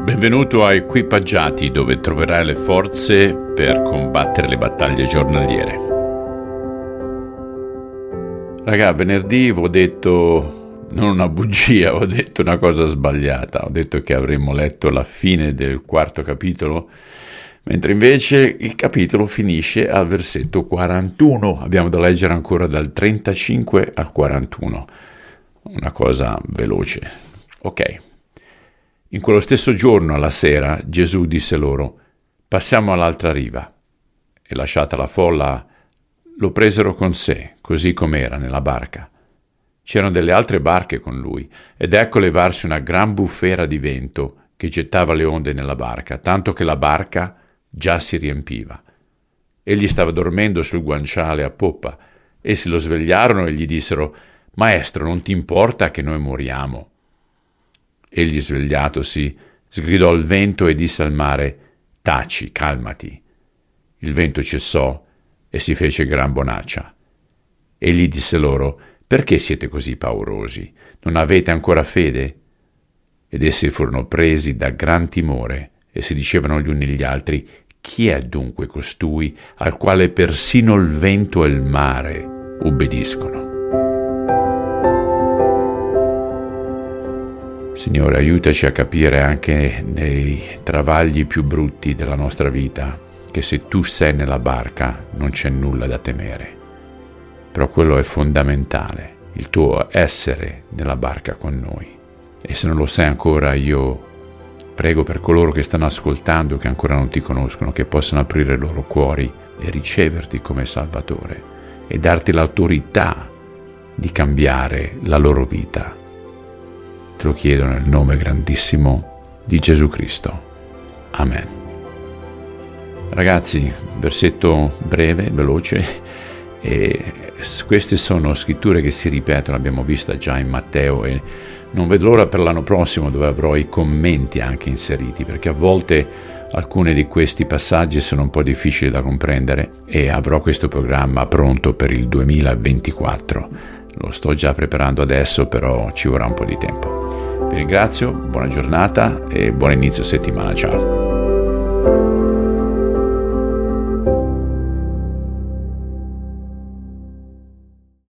Benvenuto a Equipaggiati, dove troverai le forze per combattere le battaglie giornaliere. Raga, venerdì vi ho detto, non una bugia, ho detto una cosa sbagliata. Ho detto che avremmo letto la fine del quarto capitolo, mentre invece il capitolo finisce al versetto 41. Abbiamo da leggere ancora dal 35 al 41. Una cosa veloce. Ok. In quello stesso giorno, alla sera, Gesù disse loro: «Passiamo all'altra riva». E lasciata la folla, lo presero con sé, così com'era, nella barca. C'erano delle altre barche con lui, ed ecco levarsi una gran bufera di vento che gettava le onde nella barca, tanto che la barca già si riempiva. Egli stava dormendo sul guanciale a poppa. Essi lo svegliarono e gli dissero: «Maestro, non ti importa che noi moriamo?» Egli, svegliatosi, sgridò al vento e disse al mare: «Taci, calmati». Il vento cessò e si fece gran bonaccia. Egli disse loro: «Perché siete così paurosi? Non avete ancora fede?» Ed essi furono presi da gran timore e si dicevano gli uni agli altri: «Chi è dunque costui al quale persino il vento e il mare ubbidiscono?» Signore, aiutaci a capire anche nei travagli più brutti della nostra vita che se tu sei nella barca non c'è nulla da temere. Però quello è fondamentale, il tuo essere nella barca con noi. E se non lo sei ancora, io prego per coloro che stanno ascoltando, che ancora non ti conoscono, che possano aprire i loro cuori e riceverti come Salvatore e darti l'autorità di cambiare la loro vita. Te lo chiedo nel nome grandissimo di Gesù Cristo. Amen. Ragazzi, versetto breve, veloce, e queste sono scritture che si ripetono, l'abbiamo vista già in Matteo, e non vedo l'ora per l'anno prossimo dove avrò i commenti anche inseriti, perché a volte alcuni di questi passaggi sono un po' difficili da comprendere e avrò questo programma pronto per il 2024. Lo sto già preparando adesso, però ci vorrà un po' di tempo. Vi ringrazio, buona giornata e buon inizio settimana, ciao.